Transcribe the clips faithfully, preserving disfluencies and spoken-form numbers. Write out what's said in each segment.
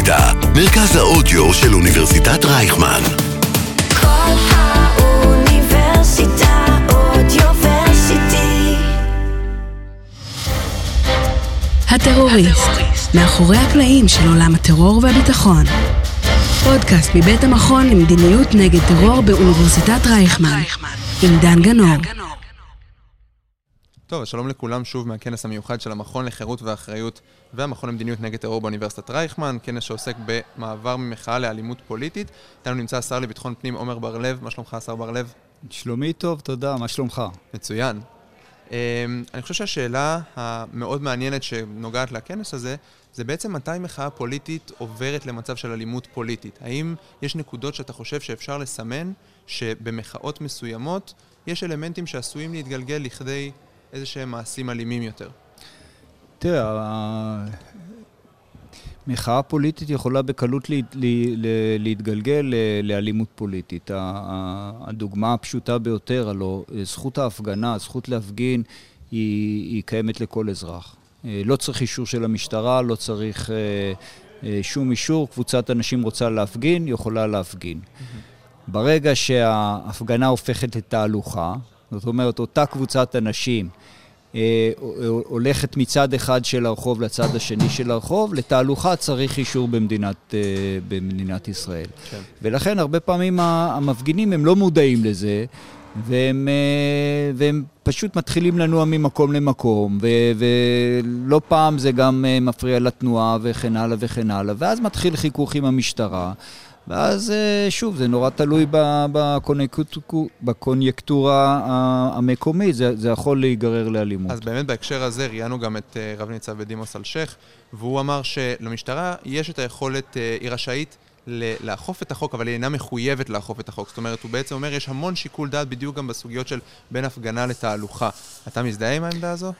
האוניברסיטה, מרכז האודיו של אוניברסיטת רייכמן. כל האוניברסיטה אודיוורסיטי. הטרוריסט, מאחורי הקלעים של עולם הטרור והביטחון. פודקאסט מבית המכון למדיניות נגד טרור באוניברסיטת רייכמן, עם דן גנור. טוב, שלום לכולם שוב מהכנס המיוחד של המכון לחירות ואחריות והמכון למדיניות נגד טרור באוניברסיטת רייכמן, כנס שעוסק במעבר ממחאה לאלימות פוליטית. איתנו נמצא השר לביטחון פנים עומר בר לב. מה שלומך, השר בר לב? שלומי טוב, תודה. מה שלומך? מצוין. אני חושב שהשאלה המאוד מעניינת שנוגעת לכנס הזה, זה בעצם מתי מחאה פוליטית עוברת למצב של אלימות פוליטית. האם יש נקודות שאתה חושב שאפשר לסמן שבמחאות מסוימות יש אלמנטים שעשויים להתגלגל לכדי איזה שהם מעשים אלימים יותר? תראה, המחאה פוליטית יכולה בקלות להתגלגל לאלימות פוליטית. הדוגמה הפשוטה ביותר, הלוא זכות ההפגנה, זכות להפגין, היא, היא קיימת לכל אזרח. לא צריך אישור של המשטרה, לא צריך שום אישור. קבוצת אנשים רוצה להפגין, יכולה להפגין. ברגע שההפגנה הופכת לתהלוכה, זאת אומרת, אותה קבוצת אנשים הולכת מצד אחד של הרחוב לצד השני של הרחוב, לתהלוכה צריך אישור במדינת, במדינת ישראל. כן. ולכן הרבה פעמים המפגינים הם לא מודעים לזה, והם, והם פשוט מתחילים לנוע ממקום למקום, ו, ולא פעם זה גם מפריע לתנועה וכן הלאה וכן הלאה, ואז מתחיל חיכוך עם המשטרה, ואז שוב, זה נורא תלוי בקונייקטורה המקומית, זה, זה יכול להיגרר לאלימות. אז באמת בהקשר הזה ראיינו גם את רב ניצב בדימוס אלשיך, והוא אמר שלמשטרה יש את היכולת, היא רשאית לאכוף את החוק, אבל היא אינה מחויבת לאכוף את החוק. זאת אומרת, הוא בעצם אומר, יש המון שיקול דעת בדיוק גם בסוגיות של בין הפגנה לתהלוכה. אתה מזדהה עם העמדה הזו?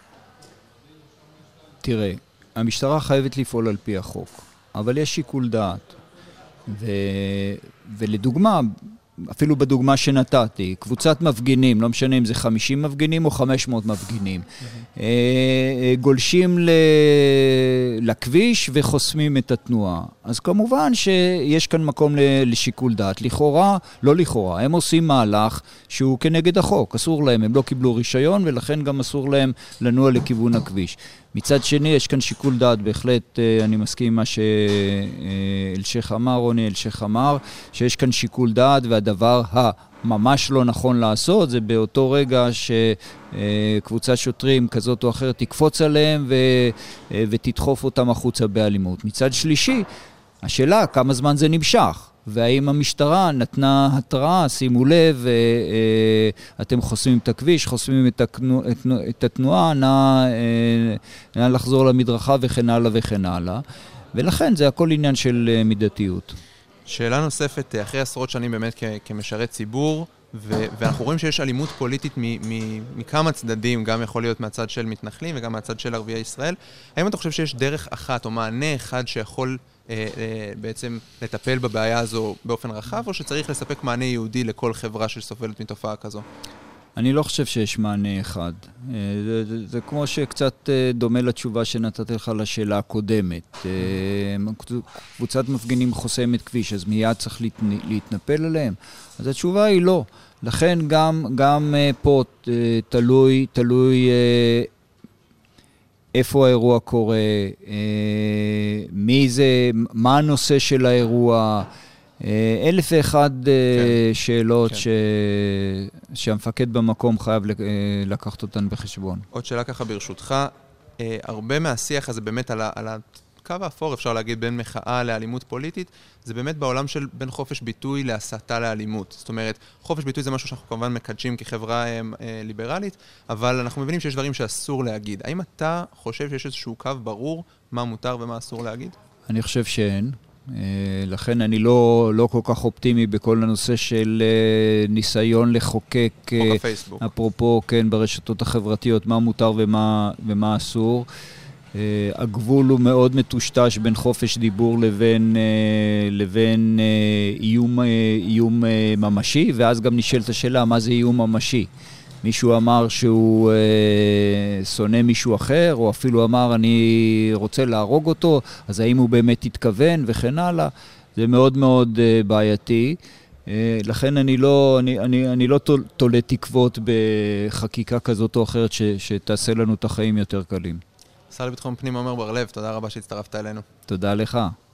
תראה, המשטרה חייבת לפעול על פי החוק, אבל יש שיקול דעת. ו... ולדוגמה, אפילו בדוגמה שנתתי, קבוצת מפגינים, לא משנה אם זה חמישים מפגינים או חמש מאות מפגינים, mm-hmm. גולשים ל... לכביש וחוסמים את התנועה. אז כמובן שיש כאן מקום לשיקול דעת. לכאורה, לא לכאורה, הם עושים מהלך שהוא כנגד החוק, אסור להם, הם לא קיבלו רישיון ולכן גם אסור להם לנוע לכיוון הכביש. מצד שני, יש כאן שיקול דעת, בהחלט אני מסכים עם מה שאלשיך אמר, רוני אלשיך אמר, שיש כאן שיקול דעת, והדבר הממש לא נכון לעשות, זה באותו רגע שקבוצת שוטרים כזאת או אחרת תקפוץ עליהם ו... ותדחוף אותם החוצה באלימות. מצד שלישי, השאלה כמה זמן זה נמשך. והאם המשטרה נתנה התראה, שימו לב, אתם חוסמים את הכביש, חוסמים את התנועה, נא לחזור למדרכה וכן הלאה וכן הלאה. ולכן זה הכל עניין של מידתיות. שאלה נוספת, אחרי עשרות שנים באמת כמשרת ציבור, ואנחנו רואים שיש אלימות פוליטית מכמה צדדים, גם יכול להיות מהצד של מתנחלים וגם מהצד של ערביי ישראל. האם אתה חושב שיש דרך אחת או מענה אחד שיכול בעצם לטפל בבעיה הזו באופן רחב, או שצריך לספק מענה יהודי לכל חברה שסובלת מתופעה כזו? אני לא חושב שיש מענה אחד. זה, זה, זה כמו שקצת דומה לתשובה שנתתי לך לשאלה הקודמת. קבוצת מפגינים חוסמת כביש, אז מיד צריך להתנפל עליהם? אז התשובה היא לא. לכן גם, גם פה תלוי, תלוי איפה האירוע קורה, מי זה, מה הנושא של האירוע, אלף ואחד שאלות שהמפקד במקום חייב לקחת אותן בחשבון. עוד שאלה ככה ברשותך, הרבה מהשיח הזה באמת על הקו האפור, אפשר להגיד, בין מחאה לאלימות פוליטית, זה באמת בעולם של בין חופש ביטוי להסתה לאלימות. זאת אומרת, חופש ביטוי זה משהו שאנחנו כמובן מקדשים כחברה ליברלית, אבל אנחנו מבינים שיש דברים שאסור להגיד. האם אתה חושב שיש איזשהו קו ברור מה מותר ומה אסור להגיד? אני חושב שאין. לכן אני לא, לא כל כך אופטימי בכל הנושא של ניסיון לחוקק, אפרופו, כן, ברשתות החברתיות, מה מותר ומה, ומה אסור. הגבול הוא מאוד מטושטש בין חופש דיבור לבין, לבין איום, איום ממשי, ואז גם נשאלת השאלה מה זה איום ממשי. מישהו אמר שהוא אה, שונא מישהו אחר, או אפילו אמר אני רוצה להרוג אותו, אז האם הוא באמת התכוון וכן הלאה. זה מאוד מאוד אה, בעייתי. אה, לכן אני לא, אני, אני, אני לא תולה תקוות בחקיקה כזאת או אחרת ש, שתעשה לנו את החיים יותר קלים. שר לביטחון פנים עומר בר לב, תודה רבה שהצטרפת אלינו. תודה לך.